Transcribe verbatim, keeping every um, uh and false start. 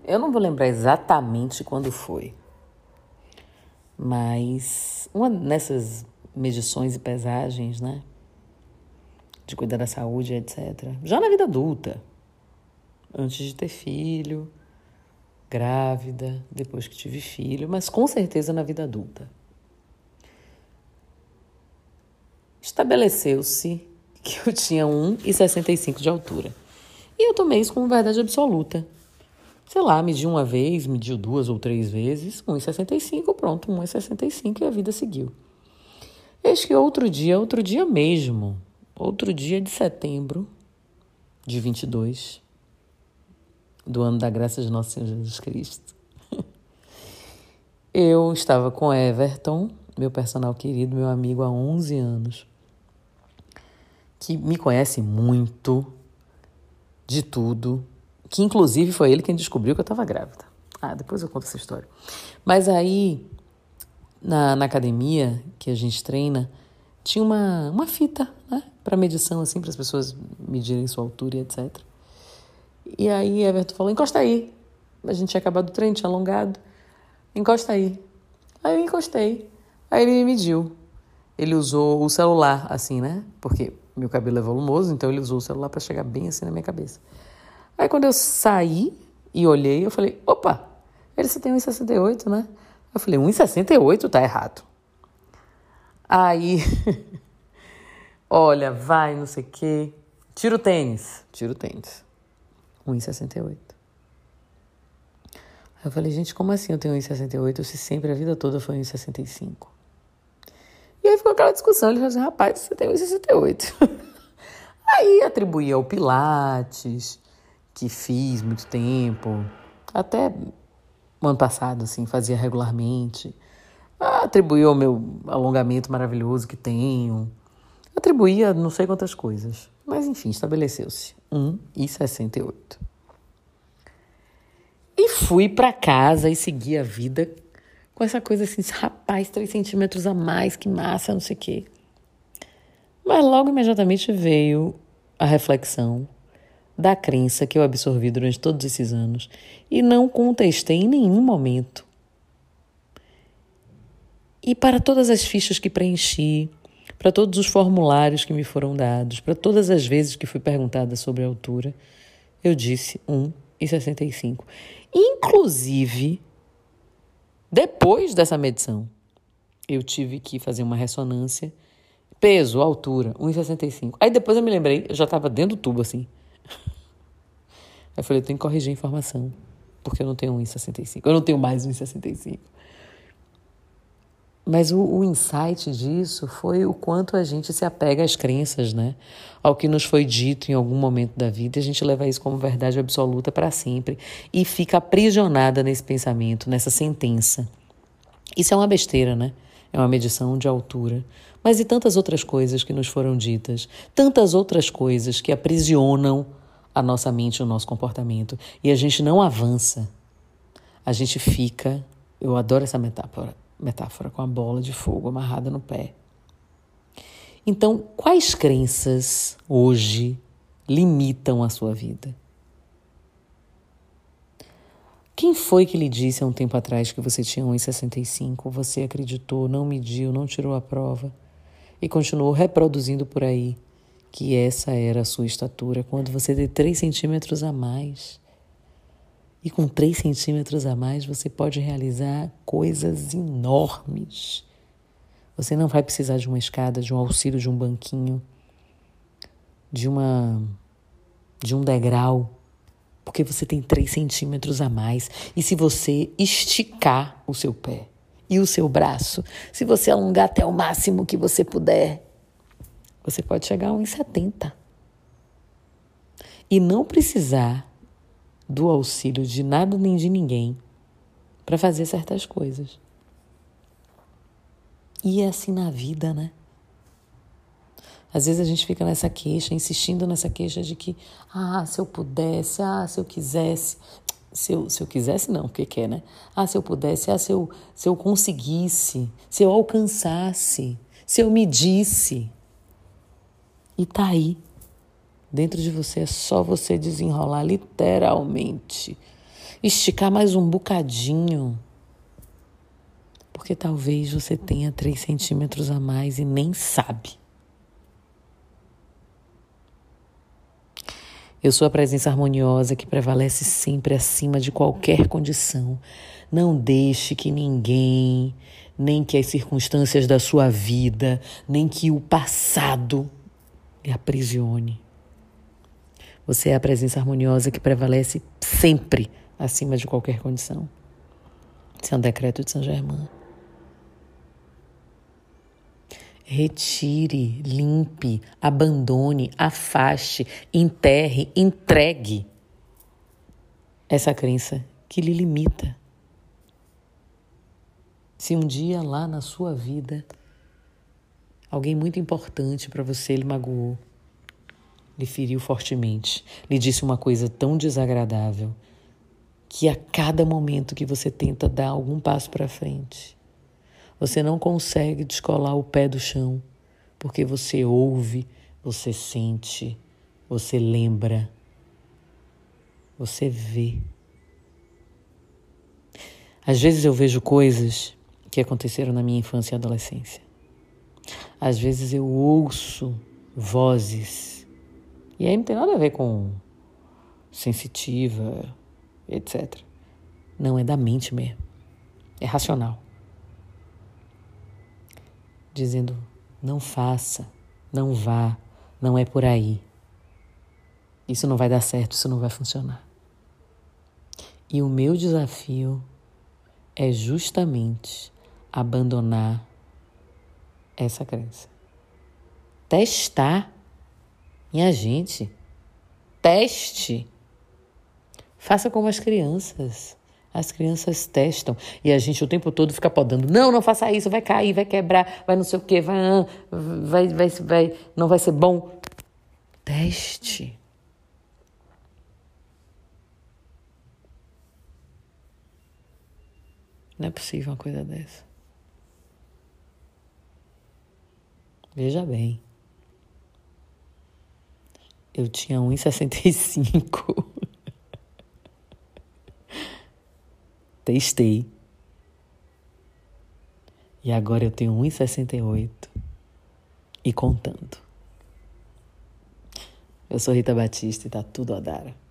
Eu não vou lembrar exatamente quando foi, mas uma dessas medições e pesagens, né? De cuidar da saúde, etcétera. Já na vida adulta, antes de ter filho, grávida, depois que tive filho, mas com certeza na vida adulta. Estabeleceu-se que eu tinha um metro e sessenta e cinco de altura. E eu tomei isso como verdade absoluta. Sei lá, mediu uma vez, mediu duas ou três vezes, um metro e sessenta e cinco, pronto, um metro e sessenta e cinco e a vida seguiu. Eis que outro dia, outro dia mesmo, outro dia de setembro de vinte e dois, do ano da graça de Nosso Senhor Jesus Cristo, eu estava com Everton, meu personal querido, meu amigo há onze anos, que me conhece muito de tudo, que inclusive foi ele quem descobriu que eu estava grávida. Ah, depois eu conto essa história. Mas aí, na, na academia que a gente treina, tinha uma, uma fita, né, para medição, assim, para as pessoas medirem sua altura e etcétera. E aí Everton falou, encosta aí. A gente tinha acabado o treino, tinha alongado. Encosta aí. Aí eu encostei. Aí ele me mediu. Ele usou o celular, assim, né? Porque meu cabelo é volumoso, então ele usou o celular para chegar bem assim na minha cabeça. Aí quando eu saí e olhei, eu falei, opa, ele só tem um metro e sessenta e oito, né? Eu falei, um metro e sessenta e oito tá errado. Aí, olha, vai, não sei o quê. Tira o tênis. Tira o tênis. um metro e sessenta e oito. Aí eu falei, gente, como assim eu tenho um metro e sessenta e oito se sempre a vida toda foi um metro e sessenta e cinco? E aí ficou aquela discussão. Ele falou assim, rapaz, você tem um metro e sessenta e oito. Aí atribuía ao Pilates, que fiz muito tempo, até o ano passado, assim, fazia regularmente. Atribuía ao meu alongamento maravilhoso que tenho. Atribuía não sei quantas coisas. Mas, enfim, estabeleceu-se um metro e sessenta e oito. E fui para casa e segui a vida com essa coisa assim, rapaz, três centímetros a mais, que massa, não sei o quê. Mas logo imediatamente veio a reflexão da crença que eu absorvi durante todos esses anos e não contestei em nenhum momento. E para todas as fichas que preenchi, para todos os formulários que me foram dados, para todas as vezes que fui perguntada sobre a altura, eu disse um metro e sessenta e cinco. Inclusive, depois dessa medição, eu tive que fazer uma ressonância. Peso, altura, um metro e sessenta e cinco. Aí depois eu me lembrei, eu já estava dentro do tubo, assim. Aí eu falei, eu tenho que corrigir a informação, porque eu não tenho um metro e sessenta e cinco. Eu não tenho mais um metro e sessenta e cinco. Mas o, o insight disso foi o quanto a gente se apega às crenças, né? Ao que nos foi dito em algum momento da vida, e a gente leva isso como verdade absoluta para sempre e fica aprisionada nesse pensamento, nessa sentença. Isso é uma besteira, né? É uma medição de altura. Mas e tantas outras coisas que nos foram ditas, tantas outras coisas que aprisionam a nossa mente e o nosso comportamento. E a gente não avança. A gente fica, eu adoro essa metáfora, metáfora com a bola de fogo amarrada no pé. Então, quais crenças hoje limitam a sua vida? Quem foi que lhe disse há um tempo atrás que você tinha um metro e sessenta e cinco, você acreditou, não mediu, não tirou a prova e continuou reproduzindo por aí que essa era a sua estatura, quando você tem três centímetros a mais? E com três centímetros a mais você pode realizar coisas enormes. Você não vai precisar de uma escada, de um auxílio de um banquinho, de uma, de um degrau, porque você tem três centímetros a mais. E se você esticar o seu pé e o seu braço, se você alongar até o máximo que você puder, você pode chegar a um metro e setenta. E não precisar do auxílio de nada nem de ninguém para fazer certas coisas. E é assim na vida, né? Às vezes a gente fica nessa queixa, insistindo nessa queixa de que, ah, se eu pudesse, ah, se eu quisesse. Se eu, se eu quisesse, não, porque quer, né? Ah, se eu pudesse, ah, se eu, se eu conseguisse, se eu alcançasse, se eu medisse. E tá aí. Dentro de você é só você desenrolar literalmente esticar mais um bocadinho. Porque talvez você tenha três centímetros a mais e nem sabe. Eu sou a presença harmoniosa que prevalece sempre acima de qualquer condição. Não deixe que ninguém, nem que as circunstâncias da sua vida, nem que o passado lhe aprisione. Você é a presença harmoniosa que prevalece sempre acima de qualquer condição. Esse é um decreto de Saint Germain. Retire, limpe, abandone, afaste, enterre, entregue essa crença que lhe limita. Se um dia lá na sua vida alguém muito importante para você lhe magoou, lhe feriu fortemente, lhe disse uma coisa tão desagradável que a cada momento que você tenta dar algum passo para frente, você não consegue descolar o pé do chão, porque você ouve, você sente, você lembra, você vê. Às vezes eu vejo coisas que aconteceram na minha infância e adolescência. Às vezes eu ouço vozes, e aí não tem nada a ver com sensitiva, etcétera. Não, é da mente mesmo, é racional. Dizendo, não faça, não vá, não é por aí. Isso não vai dar certo, isso não vai funcionar. E o meu desafio é justamente abandonar essa crença. Testar. Minha gente, teste. Faça como as crianças. As crianças testam e a gente o tempo todo fica podando. Não, não faça isso, vai cair, vai quebrar, vai não sei o quê, vai, vai, vai, vai, não vai ser bom. Teste. Não é possível uma coisa dessa. Veja bem. Eu tinha um e sessenta e cinco. Testei. E agora eu tenho um e sessenta e oito. E contando. Eu sou Rita Batista e tá tudo a dar.